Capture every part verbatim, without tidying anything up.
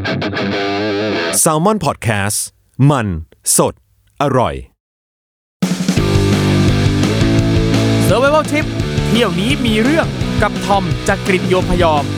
Salmon Podcast มันสดอร่อย Survival Trip เที่ยวนี้มีเรื่องกับทอมจากกลิ่นโยมพยอม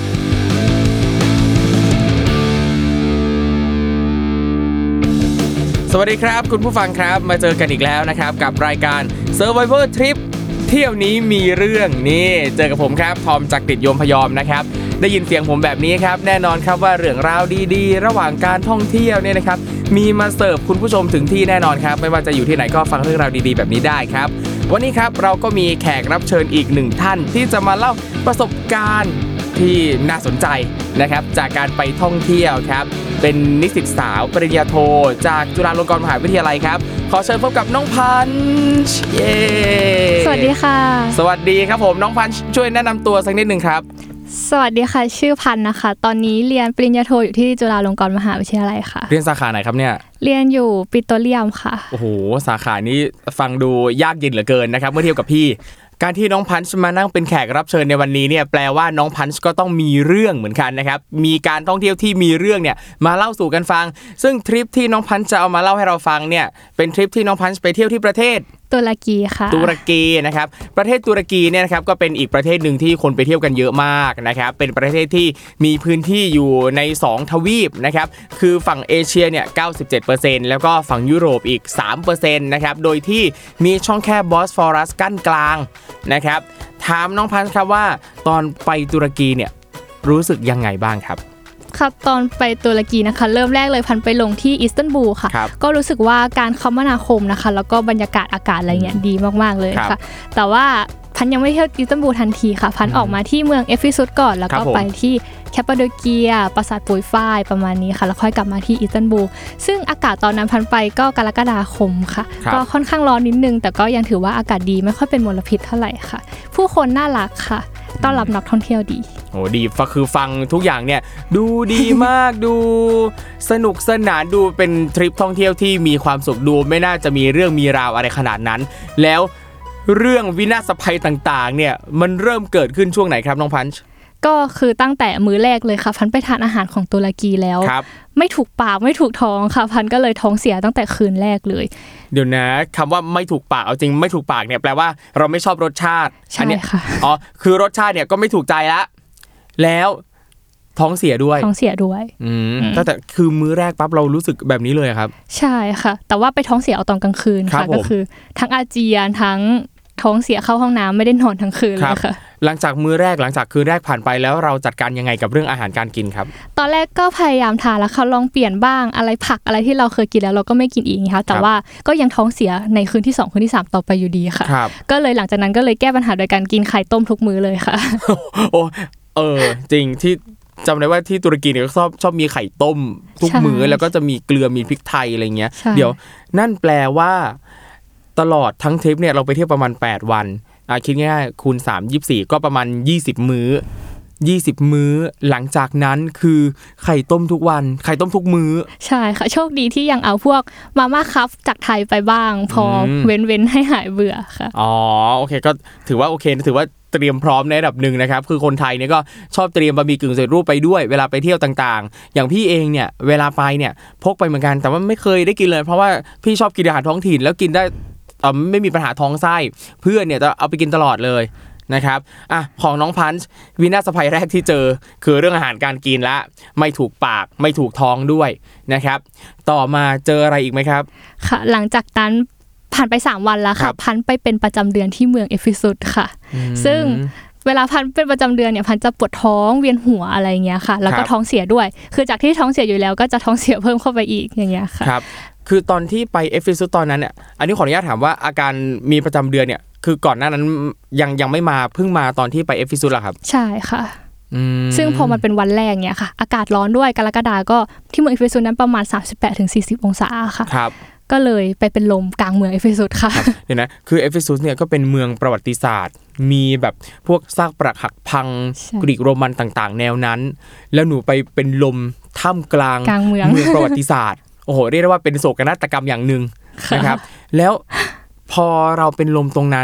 สวัสดีครับคุณผู้ฟังครับมาเจอกันอีกแล้วนะครับกับรายการ Survival Trip เที่ยวนี้มีเรื่องนี่เจอกับผมครับทอมจากกลิ่นโยมพยอมนะครับได้ยินเสียงผมแบบนี้ครับแน่นอนครับว่าเรื่องราวดีๆระหว่างการท่องเที่ยวเนี่ยนะครับมีมาเสิร์ฟคุณผู้ชมถึงที่แน่นอนครับไม่ว่าจะอยู่ที่ไหนก็ฟังเรื่องราวดีๆแบบนี้ได้ครับวันนี้ครับเราก็มีแขกรับเชิญอีกหนึ่งท่านที่จะมาเล่าประสบการณ์ที่น่าสนใจนะครับจากการไปท่องเที่ยวครับเป็นนิสิตสาวปริญญาโทจากจุฬาลงกรณ์มหาวิทยาลัยครับขอเชิญพบกับน้องพันช์เย้สวัสดีค่ะสวัสดีครับผมน้องพันช์ช่วยแนะนำตัวสักนิดนึงครับสวัสดีค่ะชื่อพันนะคะตอนนี้เรียนปริญญาโทอยู่ที่จุฬาลงกรณ์มหาวิทยาลัยค่ะเรียนสาขาไหนครับเนี่ยเรียนอยู่ปิโตรเลียมค่ะโอ้โหสาขานี้ฟังดูยากเย็นเหลือเกินนะครับเมื่อเทียบกับพี่การที่น้องพันช์มานั่งเป็นแขกรับเชิญในวันนี้เนี่ยแปลว่าน้องพันช์ก็ต้องมีเรื่องเหมือนกันนะครับมีการท่องเที่ยวที่มีเรื่องเนี่ยมาเล่าสู่กันฟังซึ่งทริปที่น้องพันช์จะเอามาเล่าให้เราฟังเนี่ยเป็นทริปที่น้องพันช์ไปเที่ยวที่ประเทศตุรกีค่ะตุรกีนะครับประเทศตุรกีเนี่ยนะครับก็เป็นอีกประเทศหนึ่งที่คนไปเที่ยวกันเยอะมากนะครับเป็นประเทศที่มีพื้นที่อยู่ในสองทวีปนะครับคือฝั่งเอเชียเนี่ย เก้าสิบเจ็ดเปอร์เซ็นต์ แล้วก็ฝั่งยุโรปอีก สามเปอร์เซ็นต์ นะครับโดยที่มีช่องแคบบอสฟอรัสกั้นกลางนะครับถามน้องพันธ์ครับว่าตอนไปตุรกีเนี่ยรู้สึกยังไงบ้างครับครับตอนไปตุรกีนะคะเริ่มแรกเลยพันไปลงที่อิสตันบูลค่ะก็รู้สึกว่าการคมนาคมนะคะแล้วก็บรรยากาศอากาศอะไรเงี้ยดีมากๆเลยค่ะแต่ว่าพันยังไม่เที่ยวอิสตันบูลทันทีค่ะพันออกมาที่เมืองเอฟิซัสก่อนแล้วก็ไปที่แคปปาโดเกียปราสาทปุยฝ้ายประมาณนี้ค่ะแล้วค่อยกลับมาที่อิสตันบูลซึ่งอากาศตอนนั้นพันไปก็กรกฎาคมค่ะก็ค่อนข้างร้อนนิดนึงแต่ก็ยังถือว่าอากาศดีไม่ค่อยเป็นมลพิษเท่าไหร่ค่ะผู้คนน่ารักค่ะต้อนรับนักท่องเที่ยวดีโอ้ดีก็คือฟังทุกอย่างเนี่ยดูดีมาก ดูสนุกสนานดูเป็นทริปท่องเที่ยวที่มีความสุขดูไม่น่าจะมีเรื่องมีราวอะไรขนาดนั้นแล้วเรื่องวินาศภัยต่างๆเนี่ยมันเริ่มเกิดขึ้นช่วงไหนครับน้องพันช์ก็คือตั้งแต่มื้อแรกเลยค่ะพันไปทานอาหารของตุรกีแล้วไม่ถูกปากไม่ถูกท้องค่ะพันก็เลยท้องเสียตั้งแต่คืนแรกเลยเดี๋ยวนะคำว่าไม่ถูกปากเอาจริงไม่ถูกปากเนี่ยแปลว่าเราไม่ชอบรสชาติใช่ค่ะอ๋อคือรสชาติเนี่ยก็ไม่ถูกใจละแล้วท้องเสียด้วยท้องเสียด้วยอืมตั้งแต่คือมื้อแรกปั๊บเรารู้สึกแบบนี้เลยครับใช่ค่ะแต่ว่าไปท้องเสียเอาตอนกลางคืนค่ะก็คือทั้งอาเจียนทั้งท้องเสียเข้าห้องน้ำไม่ได้นอนทั้งคืนเลยค่ะหลังจากมื้อแรกหลังจากคืนแรกผ่านไปแล้วเราจัดการยังไงกับเรื่องอาหารการกินครับตอนแรกก็พยายามทานแล้วค่ะลองเปลี่ยนบ้างอะไรผักอะไรที่เราเคยกินแล้วเราก็ไม่กินอีกนะคะแต่ว่าก็ยังท้องเสียในคืนที่สองคืนที่สามต่อไปอยู่ดีค่ะก็เลยหลังจากนั้นก็เลยแก้ปัญหาโดยการกินไข่ต้มทุกมื้อเลยค่ะโอ้เออจริงที่จำได้ว่าที่ตุรกีเนี่ยชอบชอบมีไข่ต้มทุกมื้อแล้วก็จะมีเกลือมีพริกไทยอะไรเงี้ยเดี๋ยวนั่นแปลว่าตลอดทั้งทริปเนี่ยเราไปเที่ยวประมาณแปดวันอ่ะคิดง่ายๆคูณสาม ยี่สิบสี่ก็ประมาณยี่สิบมื้อยี่สิบมื้อหลังจากนั้นคือไข่ต้มทุกวันไข่ต้มทุกมื้อใช่ค่ะโชคดีที่ยังเอาพวกมาม่าคัพจากไทยไปบ้างพอเว้นๆให้หายเบื่อค่ะอ๋อโอเคก็ถือว่าโอเคถือว่าเตรียมพร้อมในระดับหนึ่งนะครับคือคนไทยเนี่ยก็ชอบเตรียมบะหมี่กึ่งสำเร็จรูปไปด้วยเวลาไปเที่ยวต่างๆอย่างพี่เองเนี่ยเวลาไปเนี่ยพกไปเหมือนกันแต่ว่าไม่เคยได้กินเลยเพราะว่าพี่ชอบกินอาหารท้องถิ่นแล้วกินได้เอ่อไม่มีปัญหาท้องไส้เพื่อนเนี่ยจะเอาไปกินตลอดเลยนะครับอ่ะของน้องพันช์วินาศภัยแรกที่เจอคือเรื่องอาหารการกินละไม่ถูกปากไม่ถูกท้องด้วยนะครับต่อมาเจออะไรอีกไหมครับค่ะหลังจากนั้นผ่านไปสามวันแล้วค่ะพันไปเป็นประจำเดือนที่เมืองเอฟิซัสค่ะซึ่งเวลาพันเป็นประจำเดือนเนี่ยพันจะปวดท้องเวียนหัวอะไรเงี้ยค่ะแล้วก็ท้องเสียด้วยคือจากที่ท้องเสียอยู่แล้วก็จะท้องเสียเพิ่มเข้าไปอีกอย่างเงี้ยค่ะครับคือตอนที่ไปเอฟิซัสตอนนั้นเนี่ยอันนี้ขออนุญาตถามว่าอาการมีประจำเดือนเนี่ยคือก่อนหน้านั้นยังยังไม่มาเพิ่งมาตอนที่ไปเอฟิซัสเหรอครับใช่ค่ะซึ่งพอมันเป็นวันแรกเนี่ยค่ะอากาศร้อนด้วยกรกฎาคมก็ที่เมืองเอฟิซัสนั้นประมาณ สามสิบแปดถึงสี่สิบ องศาค่ะครับก็เลยไปเป็นลมกลางเมืองเอฟิซัสค่ะเดี๋ยวนะคือเอฟิซัสเนี่ยก็เป็นเมืองประวัติศาสตร์มีแบบพวกซากปรักหักพังกรีกโรมันต่างๆแนวนั้นแล้วหนูไปเป็นลมท่ามกลางเมืองประวัติศาสตร์โอ้โหเรียกได้ว่าเป็นโศกนาฏกรรมอย่างนึงนะครับแล้วพอเราเป็นลมตรงนั้น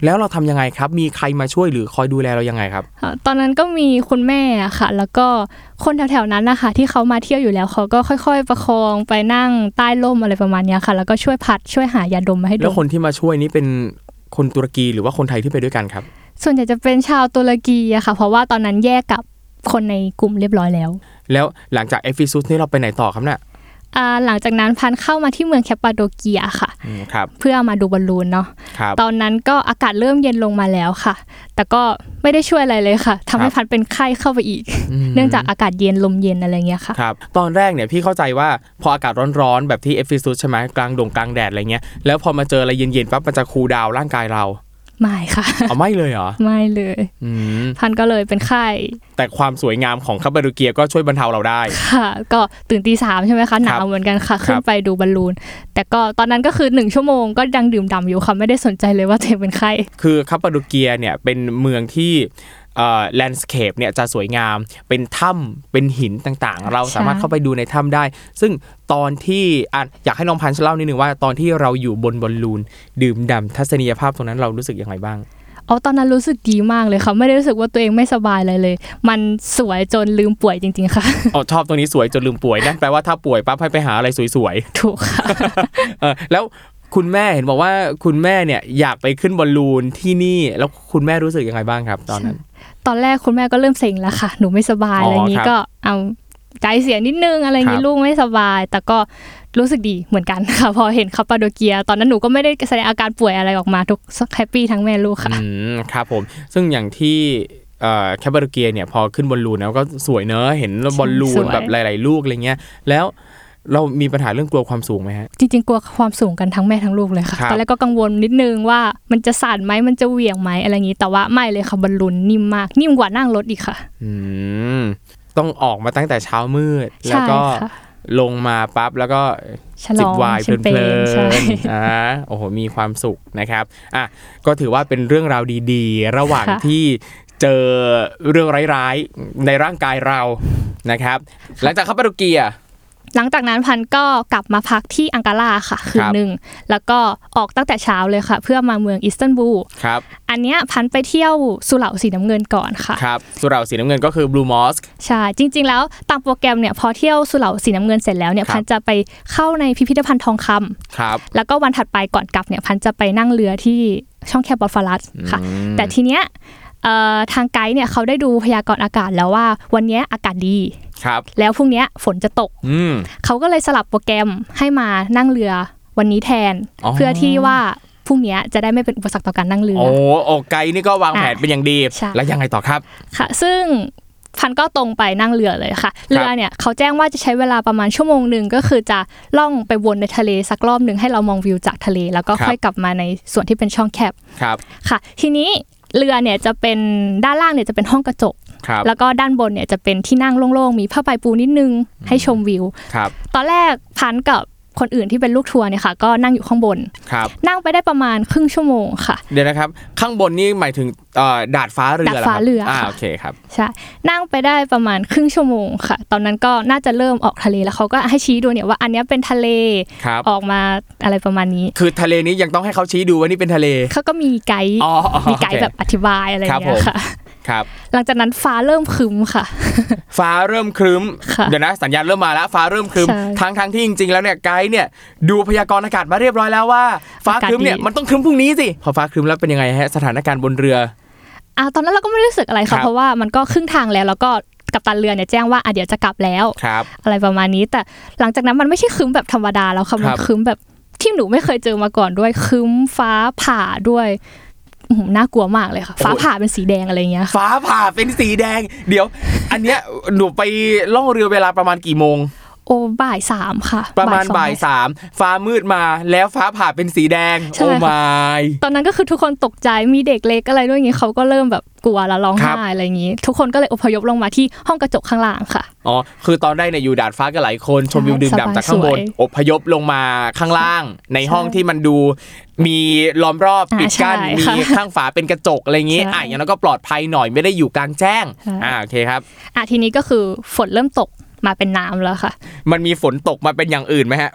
แล้วเราทำยังไงครับมีใครมาช่วยหรือคอยดูแลเรายังไงครับตอนนั้นก็มีคุณแม่อะค่ะแล้วก็คนแถวๆนั้นนะคะที่เขามาเที่ยวอยู่แล้วเขาก็ค่อยๆประคองไปนั่งใต้ร่มอะไรประมาณนี้ค่ะแล้วก็ช่วยพัดช่วยหายาดมมาให้ดมแล้วคนที่มาช่วยนี่เป็นคนตุรกีหรือว่าคนไทยที่ไปด้วยกันครับส่วนใหญ่จะเป็นชาวตุรกีอะค่ะเพราะว่าตอนนั้นแยกกับคนในกลุ่มเรียบร้อยแล้วแล้วหลังจากเอฟิซุสนี่เราไปไหนต่อครับเนี่ยอ่าหลังจากนั้นพันเข้ามาที่เมืองแคปปาโดเกียค่ะเพื่อมาดูบอลลูนเนาะตอนนั้นก็อากาศเริ่มเย็นลงมาแล้วค่ะแต่ก็ไม่ได้ช่วยอะไรเลยค่ะทำให้พันเป็นไข้เข้าไปอีกเนื่องจากอากาศเย็นลมเย็นอะไรเงี้ยค่ะครับตอนแรกเนี่ยพี่เข้าใจว่าพออากาศร้อนๆแบบที่เอฟิซุสใช่ไหมกลางดงกลางแดดอะไรเงี้ยแล้วพอมาเจออะไรเย็นๆปั๊บมันจะคูลดาวน์ร่างกายเราไม่ค่ะอ๋อไม่เลยเหรอไม่เลยพันก็เลยเป็นไข้แต่ความสวยงามของคาปาโดเกียก็ช่วยบรรเทาเราได้ค่ะก็ตื่นตีสามใช่ไหมคะหนาวเหมือนกันค่ะขึ้นไปดูบอลลูนแต่ก็ตอนนั้นก็คือหนึ่งชั่วโมงก็ยังดื่มด่ำอยู่ค่ะไม่ได้สนใจเลยว่าตัวเองเป็นไข้คือคาปาโดเกียเนี่ยเป็นเมืองที่เอ่อแลนด์สเคปเนี่ยจะสวยงามเป็นถ้ำเป็นหินต่างๆเราสามารถเข้าไปดูในถ้ำได้ซึ่งตอนที่อ่ะอยากให้น้องพันธ์เล่านิดนึงว่าตอนที่เราอยู่บนบอลลูนดื่มด่ำทัศนียภาพตรงนั้นเรารู้สึกยังไงบ้างอ๋อตอนนั้นรู้สึกดีมากเลยค่ะไม่ได้รู้สึกว่าตัวเองไม่สบายเลยเลยมันสวยจนลืมป่วยจริงๆค่ะอ๋อชอบตรงนี้สวยจนลืมป่วยนั่นแปลว่าถ้าป่วยปั๊บให้ไปหาอะไรสวยๆถูกค่ะเออแล้วคุณแม่เห็นบอกว่าคุณแม่เนี่ยอยากไปขึ้นบอลลูนที่นี่แล้วคุณแม่รู้สึกยังไงบ้างครับตอนนั้นตอนแรกคุณแม่ก็เริ่มเซ็งแล้วค่ะหนูไม่สบายอะไรอย่างนี้ก็เอาใจเสียนิดนึงอะไรอย่างนี้ลูกไม่สบายแต่ก็รู้สึกดีเหมือนกันค่ะพอเห็นคาปาโดเกียตอนนั้นหนูก็ไม่ได้แสดงอาการป่วยอะไรออกมาทุกแฮปปี้ทั้งแม่ลูกค่ะอืมครับผมซึ่งอย่างที่เอ่อคาปาโดเกียเนี่ยพอขึ้นบอลลูนแล้วก็สวยเนอะเห็นบอลลูนแบบหลายๆลูกอะไรเงี้ยแล้วเรามีปัญหาเรื่องกลัวความสูงไหมฮะจริงๆกลัวความสูงกันทั้งแม่ทั้งลูกเลยค่ะตอนแรกก็กังวลนิดนึงว่ามันจะสั่นไหมมันจะเหวี่ยงไหมอะไรอย่างนี้แต่ว่าไม่เลยค่ะบอลลูนนิ่มมากนิ่มกว่านั่งรถอีกค่ะอืมต้องออกมาตั้งแต่เช้ามืดแล้วก็ลงมาปั๊บแล้วก็จิบไวน์เพลินๆอ่าโอ้โหมีความสุขนะครับอ่ะก็ถือว่าเป็นเรื่องราวดีๆระหว่างที่เจอเรื่องร้ายๆในร่างกายเรานะครับหลังจากคาปาโดเกียหลังจากนั้นพันก็กลับมาพักที่อังการาค่ะคืนนึงแล้วก็ออกตั้งแต่เช้าเลยค่ะเพื่อมาเมืองอิสตันบูลครับอันเนี้ยพันไปเที่ยวสุเหร่าสีน้ำเงินก่อนค่ะครับสุเหร่าสีน้ำเงินก็คือบลูมอสก์ใช่จริงๆแล้วตามโปรแกรมเนี่ยพอเที่ยวสุเหร่าสีน้ำเงินเสร็จแล้วเนี่ยพันจะไปเข้าในพิพิธภัณฑ์ทองคำครับแล้วก็วันถัดไปก่อนกลับเนี่ยพันจะไปนั่งเรือที่ช่องแคบบอสฟอรัสค่ะแต่ทีเนี้ยทางไกด์เนี่ยเขาได้ดูพยากรณ์อากาศแล้วว่าวันนี้อากาศดีแล้วพรุ่งนี้ฝนจะตกเขาก็เลยสลับโปรแกรมให้มานั่งเรือวันนี้แทนเพื่อที่ว่าพรุ่งนี้จะได้ไม่เป็นอุปสรรคต่อการนั่งเรือโอ้โอ้ไกด์นี่ก็วางแผนเป็นอย่างดีแล้วยังไงต่อครับค่ะซึ่งพันก็ตรงไปนั่งเรือเลยค่ะเรือเนี่ยเขาแจ้งว่าจะใช้เวลาประมาณชั่วโมงนึงก็คือจะล่องไปวนในทะเลสักรอบนึงให้เรามองวิวจากทะเลแล้วก็ค่อยกลับมาในส่วนที่เป็นช่องแคบค่ะทีนี้เรือเนี่ยจะเป็นด้านล่างเนี่ยจะเป็นห้องกระจกแล้วก็ด้านบนเนี่ยจะเป็นที่นั่งโล่งๆมีผ้าใบปูนิดนึงให้ชมวิวตอนแรกพันกับคนอื่นที่เป็นลูกทัวร์เนี่ยค่ะก็นั่งอยู่ข้างบนนั่งไปได้ประมาณครึ่งชั่วโมงค่ะเดี๋ยวนะครับข้างบนนี่หมายถึงดาดฟ้าเรือดาดฟ้าเรืออ่าโอเคครับใช่นั่งไปได้ประมาณครึ่งชั่วโมงค่ะตอนนั้นก็น่าจะเริ่มออกทะเลแล้วเขาก็ให้ชี้ดูเนี่ยว่าอันนี้เป็นทะเลออกมาอะไรประมาณนี้คือทะเลนี้ยังต้องให้เขาชี้ดูว่านี่เป็นทะเลเขาก็มีไกด์มีไกด์แบบอธิบายอะไรอย่างเงี้ยค่ะครับหลังจากนั้นฟ้าเริ่มครึ้มค่ะฟ้าเริ่มครึ้มเดี๋ยวนะสัญญาณเริ่มมาแล้วฟ้าเริ่มครึ้มทั้งทั้งที่จริงๆแล้วเนี่ยไกด์เนี่ยดูพยากรณ์อากาศมาเรียบร้อยแล้วว่าฟ้าครึ้มเนี่ยมันต้องครึ้มพรุ่งนี้สิพอฟ้าครึ้มแล้วเป็นยังไงฮะสถานการณ์บนเรืออ่าตอนนั้นเราก็ไม่รู้สึกอะไรค่ะเพราะว่ามันก็ครึ่งทางแล้วแล้วก็กัปตันเรือเนี่ยแจ้งว่าอ่ะเดี๋ยวจะกลับแล้วอะไรประมาณนี้แต่หลังจากนั้นมันไม่ใช่ครึ้มแบบธรรมดาแล้วค่ะมันครึ้มแบบที่หนูไม่เคยเจอมาก่อนด้วยครึ้มฟ้าผ่าด้วยน่ากลัวมากเลยค่ะฟ้าผ่าเป็นสีแดงอะไรเงี้ยฟ้าผ่าเป็นสีแดงเดี๋ยวอันเนี้ยหนูไปล่องเรือเวลาประมาณกี่โมงโอ้บ่ายสามค่ะประมาณบ่ายสามฟ้ามืดมาแล้วฟ้าผ่าเป็นสีแดงโอ้มายตอนนั้นก็คือทุกคนตกใจมีเด็กเล็กอะไรด้วยอย่างงี้เขาก็เริ่มแบบกลัวแล้วร้องไห้อะไรอย่างงี้ทุกคนก็เลยอพยพลงมาที่ห้องกระจกข้างล่างค่ะอ๋อคือตอนได้เนี่ยอยู่ดาดฟ้ากันหลายคนชมวิวดื่มด่ำจากข้างบนอพยพลงมาข้างล่างในห้องที่มันดูมีล้อมรอบปิดกั้นมีข้างฝาเป็นกระจกอะไรอย่างงี้อ่ะอย่างนั้นก็ปลอดภัยหน่อยไม่ได้อยู่กลางแจ้งอ่าโอเคครับอ่ะทีนี้ก็คือฝนเริ่มตกมาเป็นน้ำแล้วค่ะมันมีฝนตกมาเป็นอย่างอื่นไหมฮะ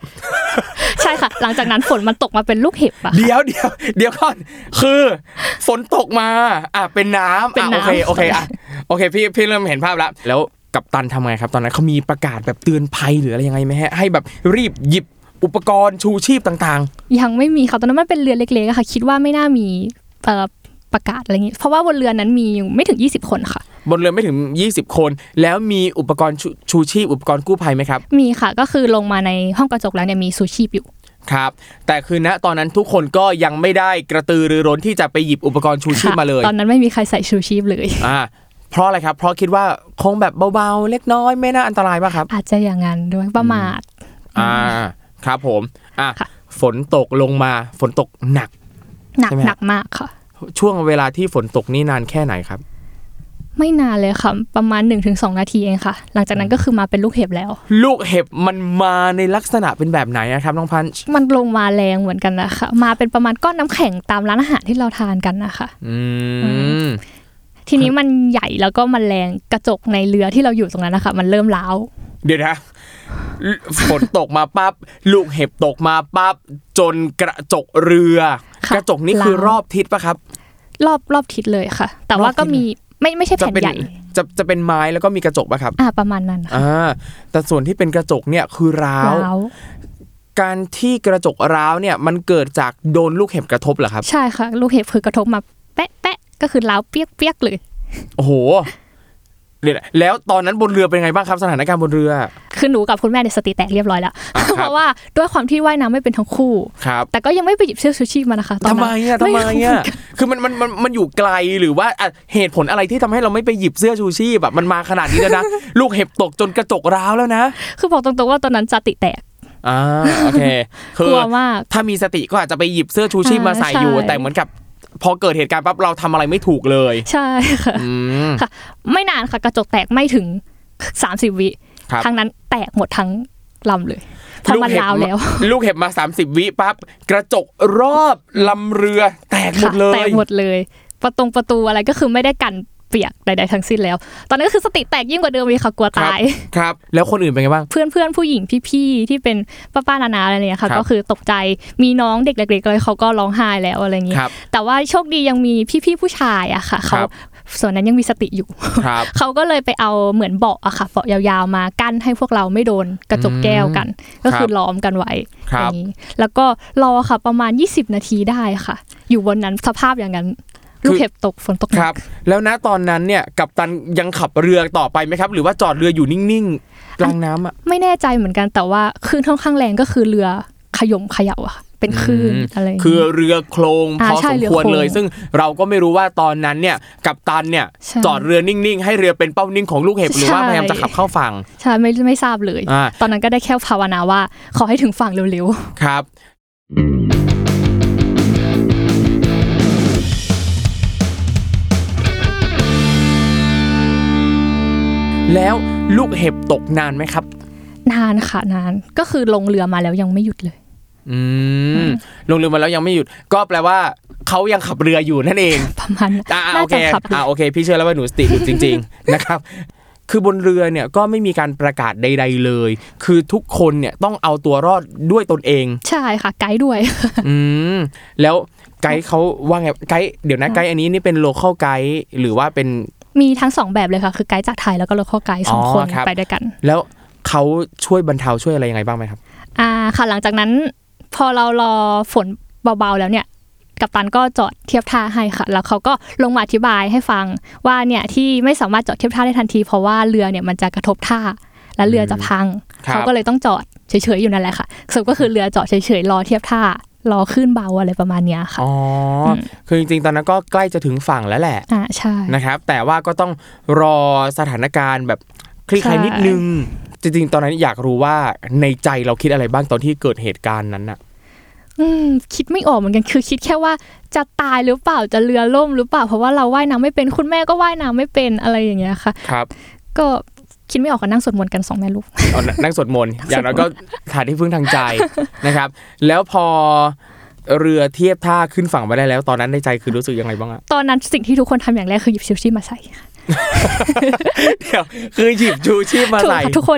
ใช่ค่ะหลังจากนั้นฝนมันตกมาเป็นลูกเห็บอะเดี๋ยวเดี๋ยวเดี๋ยวก่อนคือฝนตกมาอ่ะเป็นน้ำอ่ะโอเคโอเคอ่ะโอเคพี่พี่เริ่มเห็นภาพแล้วแล้วกัปตันทำไงครับตอนนั้นเขามีประกาศแบบเตือนภัยหรืออะไรยังไงไหมฮะให้แบบรีบหยิบอุปกรณ์ชูชีพต่างๆยังไม่มีค่ะตอนนั้นมันเป็นเรือเล็กๆค่ะคิดว่าไม่น่ามีเอ่อประกาศอะไรอย่างงี้เพราะว่าบนเรือนั้นมีอยู่ไม่ถึงยี่สิบคนค่ะบนเรือไม่ถึงยี่สิบคนแล้วมีอุปกรณ์ชูชีพอุปกรณ์กู้ภัยไหมครับมีค่ะก็คือลงมาในห้องกระจกแล้วเนี่ยมีชูชีพอยู่ครับแต่คือณตอนนั้นทุกคนก็ยังไม่ได้กระตือรือร้นที่จะไปหยิบอุปกรณ์ชูชีพมาเลยตอนนั้นไม่มีใครใส่ชูชีพเลยอ่าเพราะอะไรครับเพราะคิดว่าคงแบบเบาๆเล็กน้อยไม่น่าอันตรายป่ะครับอาจจะอย่างนั้นด้วยประมาทอ่าครับผมอ่ะฝนตกลงมาฝนตกหนักหนักหนักมากค่ะช่วงเวลาที่ฝนตกนี่นานแค่ไหนครับไม่นานเลยค่ะประมาณ หนึ่งถึงสอง นาทีเองค่ะหลังจากนั้นก็คือมาเป็นลูกเห็บแล้วลูกเห็บมันมาในลักษณะเป็นแบบไหนครับน้องพันช์มันลงมาแรงเหมือนกันนะคะมาเป็นประมาณก้อนน้ำแข็งตามร้านอาหารที่เราทานกันนะคะอืมทีนี้มันใหญ่แล้วก็มันแรงกระจกในเรือที่เราอยู่ตรงนั้นนะคะมันเริ่มร้าวเดี๋ยวนะฝนตกมาปั๊บลูกเห็บตกมาปั๊บจนกระจกเรือกระจกนี่คือรอบทิศป่ะครับรอบรอบทิศเลยค่ะแต่ว่าก็มีไม่ไม่ใช่แผ่นใหญ่จะจะเป็นไม้แล้วก็มีกระจกป่ะครับอ่าประมาณนั้นอ่าแต่ส่วนที่เป็นกระจกเนี่ยคือร้าวการที่กระจกร้าวเนี่ยมันเกิดจากโดนลูกเห็บกระทบเหรอครับใช่ค่ะลูกเห็บคือกระทบมาแปะแปะก็คือร้าวเปียกเปียกเลยโอ้โหแล้วตอนนั้นบนเรือเป็นไงบ้างครับสถานการณ์บนเรือคือหนูกับคุณแม่เนี่ยสติแตกเรียบร้อยแล้วเพราะว่าด้วยความที่ว่ายน้ำไม่เป็นทั้งคู่แต่ก็ยังไม่ไปหยิบเสื้อชูชีพมานะคะทำไมอ่ะทำไมอ่ะคือมันมันมันมันอยู่ไกลหรือว่าเหตุผลอะไรที่ทำให้เราไม่ไปหยิบเสื้อชูชีพแบบมันมาขนาดนี้แล้วนะลูกเห็บตกจนกระจกร้าวแล้วนะคือบอกตรงๆว่าตอนนั้นสติแตกอ่าโอเคคือกลัวมากถ้ามีสติก็อาจจะไปหยิบเสื้อชูชีพมาใส่อยู่แต่เหมือนกับพอเกิดเหตุการณ์ปั๊บเราทำอะไรไม่ถูกเลยใช่ค่ะค่ะไม่นานค่ะกระจกแตกไม่ถึงสามสิบวิครั้งนั้นแตกหมดทั้งลำเลยเพราะมันร้าวแล้วลูกเห็บมาสามสิบวิปั๊บกระจกรอบลำเรือแตกหมดเลยแตกหมดเลยประตูประตูอะไรก็คือไม่ได้กันเปียกใดๆทั้งสิ้นแล้วตอนนั้นก็คือสติแตกยิ่งกว่าเดิมเลยค่ะกลัวตายครับแล้วคนอื่นเป็นไงบ้างเพื่อนๆผู้หญิงพี่ๆที่เป็นป้าๆนาๆอะไรเนี่ยค่ะก็คือตกใจมีน้องเด็กเล็กๆเลยเขาก็ร้องไห้แล้วอะไรอย่างนี้แต่ว่าโชคดียังมีพี่ๆผู้ชายอะค่ะเขาส่วนนั้นยังมีสติอยู่เขาก็เลยไปเอาเหมือนเบาะอะค่ะเบาะยาวๆมากั้นให้พวกเราไม่โดนกระจกแก้วกันก็คือล้อมกันไว้อย่างนี้แล้วก็รอค่ะประมาณยี่สิบนาทีได้ค่ะอยู่บนนั้นสภาพอย่างนั้นลูกเห็บตกฝนตกครับแล้วณตอนนั้นเนี่ยกัปตันยังขับเรือต่อไปไหมครับหรือว่าจอดเรืออยู่นิ่งๆกลางน้ำอ่ะไม่แน่ใจเหมือนกันแต่ว่าคลื่นค่อนข้างแรงก็คือเรือขย่มเขย่าอะเป็นคลื่นอะไรคือเรือโคลงพอสมควรเลยซึ่งเราก็ไม่รู้ว่าตอนนั้นเนี่ยกัปตันเนี่ยจอดเรือนิ่งๆให้เรือเป็นเป้านิ่งของลูกเห็บหรือว่าพยายามจะขับเข้าฝั่งใช่ไม่ไม่ทราบเลยตอนนั้นก็ได้แค่ภาวนาว่าขอให้ถึงฝั่งเร็วๆครับแล้วลูกเห็บตกนานไหมครับนานค่ะนานก็คือลงเรือมาแล้วยังไม่หยุดเลยอืมลงเรือมาแล้วยังไม่หยุดก็แปลว่าเขายังขับเรืออยู่นั่นเองประมาณอ่าโอเคอ่าโอเคพี่เชื่อแล้วว่าหนูสติหลุดจริงๆนะครับคือบนเรือเนี่ยก็ไม่มีการประกาศใดๆเลยคือทุกคนเนี่ยต้องเอาตัวรอดด้วยตนเองใช่ค่ะไกด์ด้วยอืมแล้วไกด์เขาว่าไงไกด์เดี๋ยวนะไกด์อันนี้นี่เป็นโลคอลไกด์หรือว่าเป็นมีทั้งสองแบบเลยค่ะคือไกด์จากไทยแล้วก็โลคอลไกด์สองคนไปด้วยกันแล้วเขาช่วยบรรเทาช่วยอะไรยังไงบ้างไหมครับอ่าค่ะหลังจากนั้นพอเรารอฝนเบาๆแล้วเนี่ยกัปตันก็จอดเทียบท่าให้ค่ะแล้วเขาก็ลงมาอธิบายให้ฟังว่าเนี่ยที่ไม่สามารถจอดเทียบท่าได้ทันทีเพราะว่าเรือเนี่ยมันจะกระทบท่าและเรือจะพังเขาก็เลยต้องจอดเฉยๆอยู่นั่นแหละค่ะสรุปก็คือเรือจอดเฉยๆรอเทียบท่ารอขึ้นเบาอะไรประมาณนี้ค่ะอ๋อคือจริงๆตอนนั้นก็ใกล้จะถึงฝั่งแล้วแหละอ่าใช่นะครับแต่ว่าก็ต้องรอสถานการณ์แบบคลี่คลายนิดนึงจริงๆตอนนั้นอยากรู้ว่าในใจเราคิดอะไรบ้างตอนที่เกิดเหตุการณ์นั้นน่ะอืมคิดไม่ออกเหมือนกันคือคิดแค่ว่าจะตายหรือเปล่าจะเรือล่มหรือเปล่าเพราะว่าเราว่ายน้ำไม่เป็นคุณแม่ก็ว่ายน้ำไม่เป็นอะไรอย่างเงี้ยค่ะครับก็คิดไม่ออกก็นั่งสวดมนต์กันสองแม่ลูกอ๋อนั่งสวดมนต์อย่างน้อยก็หาที่พึ่งทางใจนะครับแล้วพอเรือเทียบท่าขึ้นฝั่งมาได้แล้วตอนนั้นในใจคือรู้สึกยังไงบ้างอะตอนนั้นสิ่งที่ทุกคนทำอย่างแรกคือหยิบชูชีพมาใส่เดี๋ยวคือหยิบชูชีพมาใส่ทุกคน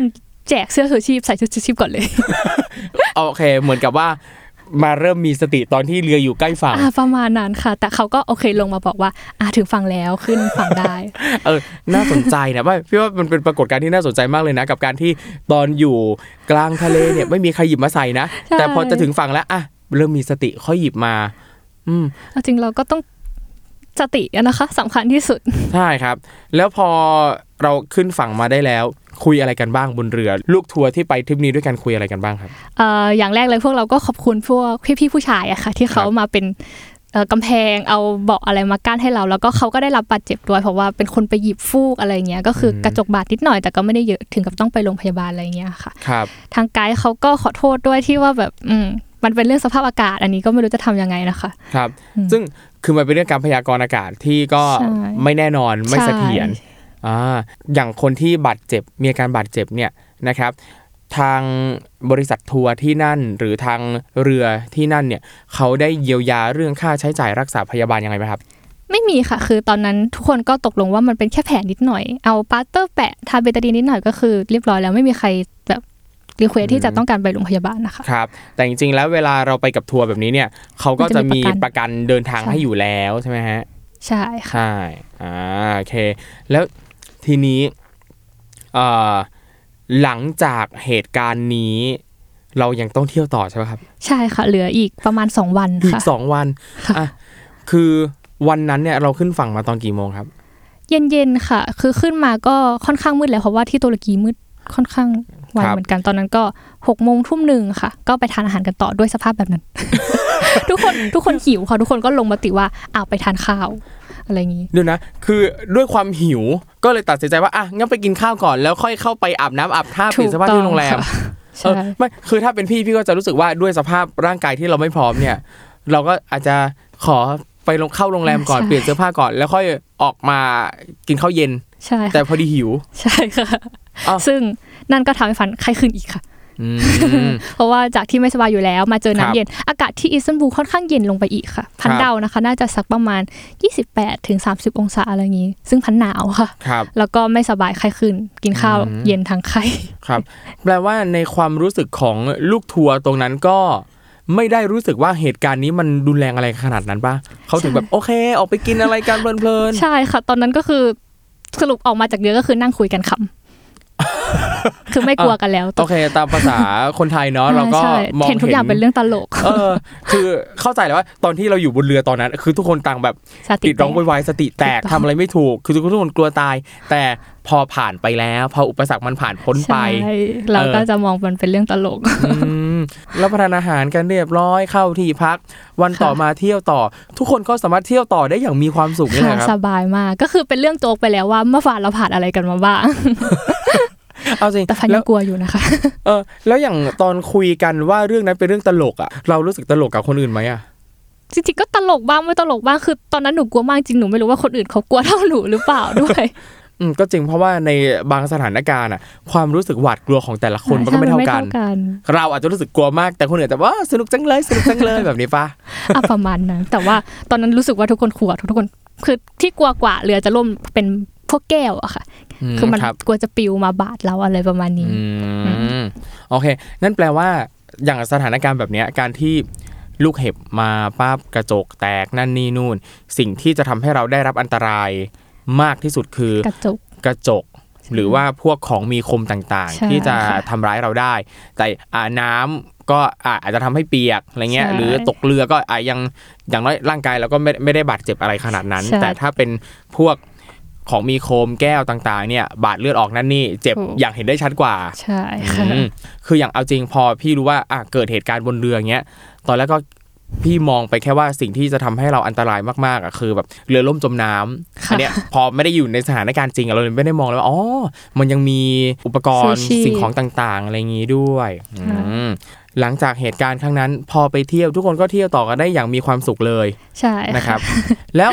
แจกเสื้อชูชีพใส่ชุดชูชีพก่อนเลยโอเคเหมือนกับว่ามาเริ่มมีสติตอนที่เรืออยู่ใกล้ฝั่งประมาณนั้นค่ะแต่เขาก็โอเคลงมาบอกว่าอ่าถึงฝั่งแล้วขึ้นฝั่งได้เออน่าสนใจนะว่าพี่ว่ามันเป็นปรากฏการณ์ที่น่าสนใจมากเลยนะกับการที่ตอนอยู่กลางทะเลเนี่ยไม่มีใครหยิบมาใส่นะแต่พอจะถึงฝั่งแล้วอ่ะเริ่มมีสติค่อยหยิบมาอืมจริงเราก็ต้องสตินะคะสำคัญที่สุดใช่ครับแล้วพอเราขึ้นฝั่งมาได้แล้วคุยอะไรกันบ้างบนเรือลูกทัวร์ที่ไปทริปนี้ด้วยกันคุยอะไรกันบ้างครับเอ่ออย่างแรกเลยพวกเราก็ขอบคุณพวกพี่ๆผู้ชายอะค่ะที่เขามาเป็นเอ่อกำแพงเอาเบาะอะไรมากั้นให้เราแล้วก็เขาก็ได้รับบาดเจ็บด้วยเพราะว่าเป็นคนไปหยิบฟูกอะไรเงี้ยก็คือกระจกบาดนิดหน่อยแต่ก็ไม่ได้เยอะถึงกับต้องไปโรงพยาบาลอะไรเงี้ยค่ะครับทางไกด์เขาก็ขอโทษด้วยที่ว่าแบบอืมมันเป็นเรื่องสภาพอากาศอันนี้ก็ไม่รู้จะทำยังไงนะคะครับซึ่งคือมันเป็นเรื่องการพยากรณ์อากาศที่ก็ไม่แน่นอนไม่เสถียรอ่าอย่างคนที่บาดเจ็บมีอาการบาดเจ็บเนี่ยนะครับทางบริษัททัวร์ที่นั่นหรือทางเรือที่นั่นเนี่ยเขาได้เยียวยาเรื่องค่าใช้จ่ายรักษาพยาบาลยังไงไหมครับไม่มีค่ะคือตอนนั้นทุกคนก็ตกลงว่ามันเป็นแค่แผลนิดหน่อยเอาปาสเตอร์แปะทาเบตาดีนนิดหน่อยก็คือเรียบร้อยแล้วไม่มีใครแบบรีเควสที่จะต้องการไปโรงพยาบาลนะคะครับแต่จริงๆแล้วเวลาเราไปกับทัวร์แบบนี้เนี่ยเขาก็จะมีประกันเดินทางให้อยู่แล้วใช่ไหมฮะใช่ค่ะใช่อ่าโอเคแล้วทีนี้เอ่อหลังจากเหตุการณ์นี้เรายังต้องเที่ยวต่อใช่ไหมครับใช่ค่ะเหลืออีกประมาณสองวันค่ะอีกสองวันอ่ะคือวันนั้นเนี่ยเราขึ้นฝั่งมาตอนกี่โมงครับเย็นๆค่ะคือขึ้นมาก็ค่อนข้างมืดแล้วเพราะว่าที่ตุรกีมืดค่อนข้างวันเหมือนกันตอนนั้นก็หกโมงทุ่มหนึ่งค่ะก็ไปทานอาหารกันต่อด้วยสภาพแบบนั้น ทุกคนทุกคนหิวค่ะทุกคนก็ลงมติว่าเอาไปทานข้าวอะไรอย่างงี้เดี๋ยวนะคือด้วยความหิวก็เลยตัดสินใจว่าอ่ะงั้นไปกินข้าวก่อนแล้วค่อยเข้าไปอาบน้ำอาบท่าเปลี่ยนเสื้อผ้าที่โรงแรมเออไม่คือถ้าเป็นพี่พี่ก็จะรู้สึกว่าด้วยสภาพร่างกายที่เราไม่พร้อมเนี่ยเราก็อาจจะขอไปลงเข้าโรงแรมก่อนเปลี่ยนเสื้อผ้าก่อนแล้วค่อยออกมากินข้าวเย็นใช่แต่พอดีหิวใช่ค่ะซึ่งนั่นก็ทำให้ฟันไข้ขึ้นอีกค่ะเพราะว่าจากที่ไม่สบายอยู่แล้วมาเจอน้ำเย็นอากาศที่อิสตันบูลค่อนข้างเย็นลงไปอีกค่ะพันเดานะคะน่าจะสักประมาณยี่สิบแปดถึงสามสิบองศาอะไรอย่างงี้ซึ่งพันหนาวค่ะแล้วก็ไม่สบายไข้ขึ้นกินข้าวเย็นทั้งไข้ครับแปลว่าในความรู้สึกของลูกทัวร์ตรงนั้นก็ไม่ได้รู้สึกว่าเหตุการณ์นี้มันรุนแรงอะไรขนาดนั้นป่ะเขาถึงแบบโอเคออกไปกินอะไรกันเพลินๆใช่ค่ะตอนนั้นก็คือสรุปออกมาจากเรือก็คือนั่งคุยกันขำคือไม่กลัวกันแล้วโอเคตามภาษาคนไทยเนาะเราก็มองเห็นทุกอย่างเป็นเรื่องตลกเออคือเข้าใจแล้วว่าตอนที่เราอยู่บนเรือตอนนั้นคือทุกคนต่างแบบติดร้องวุ่นวายสติแตกทำอะไรไม่ถูกคือทุกคนกลัวตายแต่พอผ่านไปแล้วพออุปสรรคมันผ่านพ้นไปเราก็จะมองมันเป็นเรื่องตลกแล้วประทานอาหารกันเรียบร้อยเข้าที่พักวันต่อมาเที่ยวต่อทุกคนก็สามารถเที่ยวต่อได้อย่างมีความสุขนี่แหละครับสบายมากก็คือเป็นเรื่องโจ๊กไปแล้วว่าเมื่อวานเราผ่านอะไรกันมาบ้างเอาจริงแต่พันยังกลัวอยู่นะคะเออแล้วอย่างตอนคุยกันว่าเรื่องนั้นเป็นเรื่องตลกอ่ะเรารู้สึกตลกกับคนอื่นไหมอ่ะจริงๆก็ตลกบ้างไม่ตลกบ้างคือตอนนั้นหนูกลัวมากจริงหนูไม่รู้ว่าคนอื่นเขากลัวเท่าหนูหรือเปล่าด้วยอืมก็จริงเพราะว่าในบางสถานการณ์อ่ะความรู้สึกหวาดกลัวของแต่ละคนมันก็ไม่เท่ากันเราอาจจะรู้สึกกลัวมากแต่คนอื่นแต่ว่าสนุกจังเลยสนุกจังเลยแบบนี้ป่ะอ่ะประมาณนั้นแต่ว่าตอนนั้นรู้สึกว่าทุกคนกลัวทุกคนคือที่กลัวกว่าเรือจะล่มเป็นพวกแก้วอะค่ะคือมันกลัวจะปิวมาบาดเราอะไรประมาณนี้โอเคนั่นแปลว่าอย่างสถานการณ์แบบนี้การที่ลูกเห็บมาปั๊บกระจกแตกนั่นนี่นู่นสิ่งที่จะทำให้เราได้รับอันตรายมากที่สุดคือกระจกกระจกหรือว่าพวกของมีคมต่างๆที่จะทำร้ายเราได้แต่น้ำก็อาจจะทำให้เปียกอะไรเงี้ยหรือตกเรือก็อาจยังอย่างน้อยร่างกายเราก็ไม่ไม่ได้บาดเจ็บอะไรขนาดนั้นแต่ถ้าเป็นพวกของมีโคมแก้วต่างๆเนี่ยบาดเลือดออกนั่นนี่เจ็บอย่างเห็นได้ชัดกว่าใช่ค่ะคืออย่างเอาจริงพอพี่รู้ว่าอ่ะเกิดเหตุการณ์บนเรือเงี้ยตอนแรกก็พี่มองไปแค่ว่าสิ่งที่จะทำให้เราอันตรายมากๆอ่ะคือแบบเรือล่มจมน้ำอันเนี้ยพอไม่ได้อยู่ในสถานการณ์จริงเราเลยไม่ได้มองเลยว่าอ๋อมันยังมีอุปกรณ์สิ่งของต่างๆอะไรอย่างงี้ด้วยหลังจากเหตุการณ์ครั้งนั้นพอไปเที่ยวทุกคนก็เที่ยวต่อกันได้อย่างมีความสุขเลยใช่นะครับแล้ว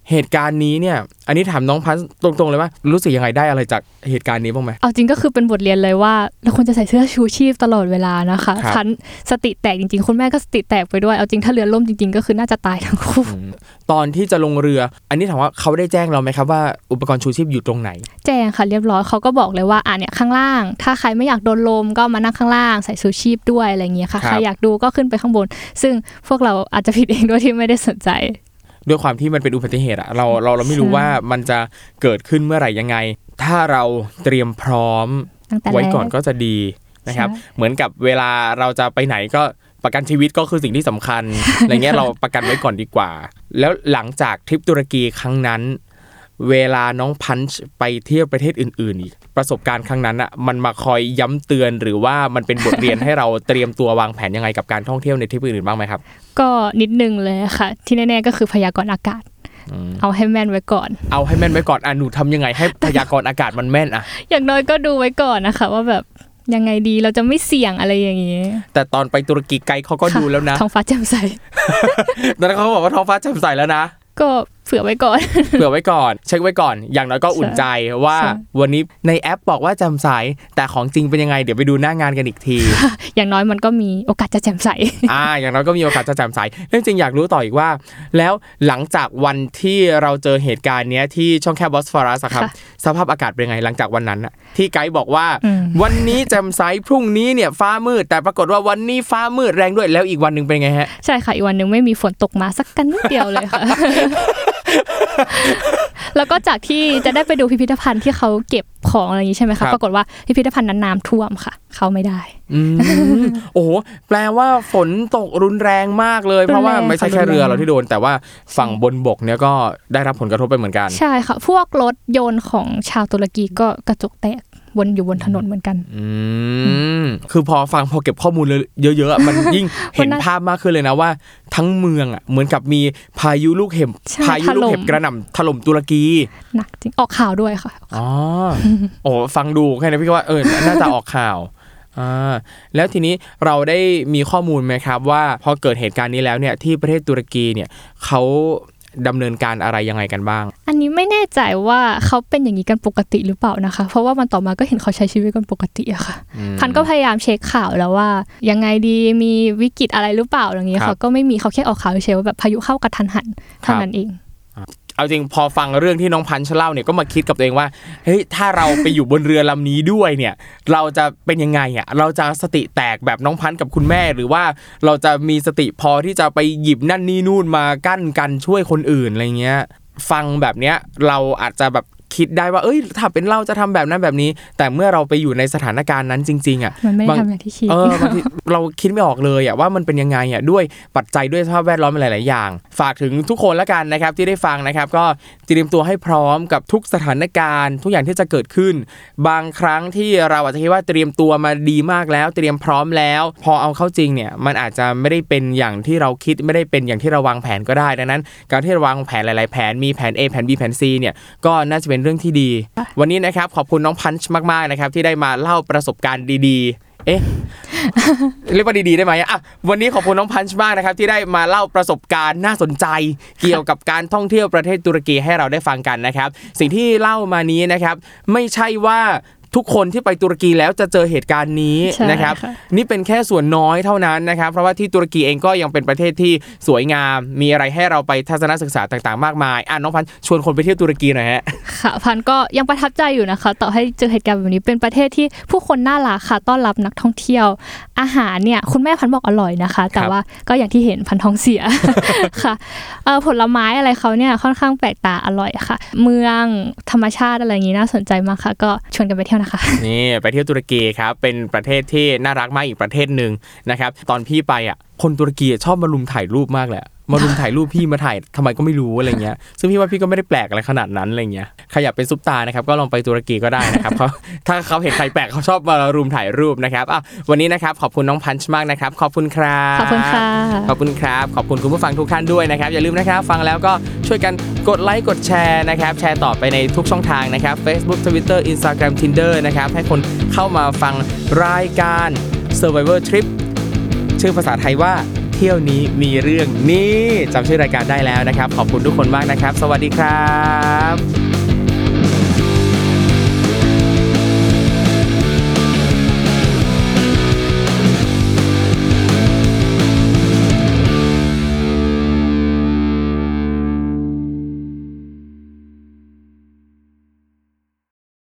เหตุการณ์นี้เนี่ยอันนี้ถามน้องพันตรงๆเลยว่ารู้สึกยังไงได้อะไรจากเหตุการณ์นี้บ้างไหมเอาจริงก็คือเป็นบทเรียนเลยว่าเราควรจะใส่เสื้อชูชีพตลอดเวลานะคะพันสติแตกจริงๆคุณแม่ก็สติแตกไปด้วยเอาจริงถ้าเรือล่มจริงๆก็คือน่าจะตายทั้งคู่ตอนที่จะลงเรืออันนี้ถามว่าเขาได้แจ้งเราไหมครับว่าอุปกรณ์ชูชีพอยู่ตรงไหนแจ้งค่ะเรียบร้อยเขาก็บอกเลยว่าอ่ะเนี่ยข้างล่างถ้าใครไม่อยากโดนลมก็มานั่งข้างล่างใส่ชูชีพด้วยอะไรอย่างเงี้ยค่ะใครอยากดูก็ขึ้นไปข้างบนซึ่งพวกเราอาจจะผิดเองด้วยที่ไม่ได้สนใจด้วยความที่มันเป็นอุบัติเหตุอะเราเราเราไม่รู้ว่ามันจะเกิดขึ้นเมื่อไหร่ยังไงถ้าเราเตรียมพร้อมไว้ก่อนก็จะดีนะครับเหมือนกับเวลาเราจะไปไหนก็ประกันชีวิตก็คือสิ่งที่สำคัญ อะไรเงี้ยเราประกันไว้ก่อนดีกว่าแล้วหลังจากทริปตุรกีครั้งนั้นเวลาน้องพันช์ไปเที่ยวประเทศอื่นๆอีกประสบการณ์ครั้งนั้นอ่ะมันมาคอยย้ำเตือนหรือว่ามันเป็นบทเรียนให้เราเตรียมตัววางแผนยังไงกับการท่องเที่ยวในทริปอื่นๆบ้างไหมครับก็นิดนึงเลยค่ะที่แน่ๆก็คือพยากรณ์อากาศเอาให้แม่นไว้ก่อนเอาให้แม่นไว้ก่อนอ่ะหนูทำยังไงให้พยากรณ์อากาศมันแม่นอ่ะอย่างน้อยก็ดูไว้ก่อนนะคะว่าแบบยังไงดีเราจะไม่เสี่ยงอะไรอย่างงี้แต่ตอนไปตุรกีไกด์เขาก็ดูแล้วนะท้องฟ้าแจ่มใสตอนนั้นเขาบอกว่าท้องฟ้าแจ่มใสแล้วนะก็เผื่อไว้ก่อนเผื่อไว้ก่อนเช็คไว้ก่อนอย่างน้อยก็อุ่นใจว่าวันนี้ในแอปบอกว่าแจ่มใสแต่ของจริงเป็นยังไงเดี๋ยวไปดูหน้างานกันอีกทีอย่างน้อยมันก็มีโอกาสจะแจ่มใสอ่าอย่างน้อยก็มีโอกาสจะแจ่มใสเรื่องจริงอยากรู้ต่ออีกว่าแล้วหลังจากวันที่เราเจอเหตุการณ์นี้ที่ช่องแคบบอสฟอรัสครับสภาพอากาศเป็นยังไงหลังจากวันนั้นอะที่ไกด์บอกว่าวันนี้แจ่มใสพรุ่งนี้เนี่ยฟ้ามืดแต่ปรากฏว่าวันนี้ฟ้ามืดแรงด้วยแล้วอีกวันนึงเป็นไงฮะใช่ค่ะอีกวันนึงไม่มีฝนตกมาสักกันนิดเดียวเลยค่ะแล้วก็จากที่จะได้ไปดูพิพิธภัณฑ์ที่เขาเก็บของอะไรอย่างนี้ใช่ไหมคะปรากฏว่าพิพิธภัณฑ์นั้นน้ำท่วมค่ะเข้าไม่ได้โอ้โหแปลว่าฝนตกรุนแรงมากเลยเพราะว่าไม่ใช่แค่เรือเราที่โดนแต่ว่าฝั่งบนบกเนี่ยก็ได้รับผลกระทบไปเหมือนกันใช่ค่ะพวกรถยนต์ของชาวตุรกีก็กระจกแตกวนอยู่บนถนนเหมือนกันอืมคือพอฟังพอเก็บข้อมูลเยอะๆมันยิ่งเห็นภาพมากขึ้นเลยนะว่าทั้งเมืองอ่ะเหมือนกับมีพายุลูกเห็บพายุลูกเห็บกระหน่ำถล่มตุรกีหนักจริงออกข่าวด้วยค่ะอ๋อโอ้ฟังดูแค่นี้พี่ก็ว่าเออน่าจะออกข่าวอ่าแล้วทีนี้เราได้มีข้อมูลไหมครับว่าพอเกิดเหตุการณ์นี้แล้วเนี่ยที่ประเทศตุรกีเนี่ยเขาดำเนินการอะไรยังไงกันบ้างอันนี้ไม่แน่ใจว่าเขาเป็นอย่างนี้กันปกติหรือเปล่านะคะเพราะว่ามันต่อมาก็เห็นเขาใช้ชีวิตกันปกติอะค่ะพันก็พยายามเช็คข่าวแล้วว่ายังไงดีมีวิกฤตอะไรหรือเปล่าอย่างนี้เขาก็ไม่มีเขาแค่ออกข่าวเฉยๆว่าแบบพายุเข้ากระทันหันเท่านั้นเองเอาจริงพอฟังเรื่องที่น้องพันช์เล่าเนี่ยก็มาคิดกับตัวเองว่าเฮ้ยถ้าเราไปอยู่บนเรือลำนี้ด้วยเนี่ยเราจะเป็นยังไงอ่ะเราจะสติแตกแบบน้องพันกับคุณแม่หรือว่าเราจะมีสติพอที่จะไปหยิบนั่นนี่นู่นมากั้นกันช่วยคนอื่นอะไรเงี้ยฟังแบบเนี้ยเราอาจจะแบบคิดได้ว่าเอ้ยถ้าเป็นเราจะทำแบบนั้นแบบนี้แต่เมื่อเราไปอยู่ในสถานการณ์นั้นจริงๆอ่ะมันไม่ทำอย่างที่คิดเออบางทีเราคิดไม่ออกเลยอ่ะว่ามันเป็นยังไงอ่ะด้วยปัจจัยด้วยสภาพแวดล้อมหลายๆอย่างฝากถึงทุกคนละกันนะครับที่ได้ฟังนะครับก็เตรียมตัวให้พร้อมกับทุกสถานการณ์ทุกอย่างที่จะเกิดขึ้นบางครั้งที่เราอาจจะคิดว่าเตรียมตัวมาดีมากแล้วเตรียมพร้อมแล้วพอเอาเข้าจริงเนี่ยมันอาจจะไม่ได้เป็นอย่างที่เราคิดไม่ได้เป็นอย่างที่เราวางแผนก็ได้ดังนั้นการที่เราวางแผนหลายๆแผนมีแผน A แผน B แผน C เนี่ยก็น่าจะเป็นเรื่องที่ดีวันนี้นะครับขอบคุณน้องพันช์มากๆนะครับที่ได้มาเล่าประสบการณ์ดีๆเอ๊ะ เรียกว่าดีๆได้ไหมอ่ะวันนี้ขอบคุณน้องพันช์มากนะครับที่ได้มาเล่าประสบการณ์น่าสนใจเกี่ยวกับการท่องเที่ยวประเทศตุรกีให้เราได้ฟังกันนะครับสิ่งที่เล่ามานี้นะครับไม่ใช่ว่าทุกคนที่ไปตุรกีแล้วจะเจอเหตุการณ์นี้นะครับนี่เป็นแค่ส่วนน้อยเท่านั้นนะครับเพราะว่าที่ตุรกีเองก็ยังเป็นประเทศที่สวยงามมีอะไรให้เราไปทัศนศึกษาต่างๆมากมายอ่ะน้องพันชวนคนไปเที่ยวตุรกีหน่อยฮะค่ะพันก็ยังประทับใจอยู่นะคะต่อให้เจอเหตุการณ์แบบนี้เป็นประเทศที่ผู้คนน่ารักค่ะต้อนรับนักท่องเที่ยวอาหารเนี่ยคุณแม่พันบอกอร่อยนะคะแต่ว่าก็อย่างที่เห็นพันท้องเสียค่ะเอ่อผลไม้อะไรเขาเนี่ยค่อนข้างแปลกตาอร่อยค่ะเมืองธรรมชาติอะไรอย่างนี้น่าสนใจมากค่ะก็ชวนกันไปเที่ยวนี่ไปเที่ยวตุรกีครับเป็นประเทศที่น่ารักมากอีกประเทศนึงนะครับตอนพี่ไปอ่ะคนตุรกีชอบมารุมถ่ายรูปมากเลยมารุมถ่ายรูปพี่มาถ่ายทำไมก็ไม่รู้อะไรเงี้ยซึ่งพี่ว่าพี่ก็ไม่ได้แปลกอะไรขนาดนั้นอะไรเงี้ยใครอยากเป็นซุปตานะครับก็ลองไปตุรกีก็ได้นะครับเขาถ้าเขาเห็นใครแปลกเขาชอบมารุมถ่ายรูปนะครับอ่ะวันนี้นะครับขอบคุณน้องพันช์มากนะครับขอบคุณครับขอบคุณค่ะขอบคุณครับขอบคุณคุณผู้ฟังทุกท่านด้วยนะครับอย่าลืมนะครับฟังแล้วก็ช่วยกันกดไลค์กดแชร์นะครับแชร์ต่อไปในทุกช่องทางนะครับ Facebook Twitter Instagram Tinder นะครับให้คนเข้ามาฟังรายการ Survivor Trip ชื่อภาษาไทยว่าเที่ยวนี้มีเรื่องนี่จำชื่อรายการได้แล้วนะครับขอบคุณทุกคนมากนะครับสวัสดีครับ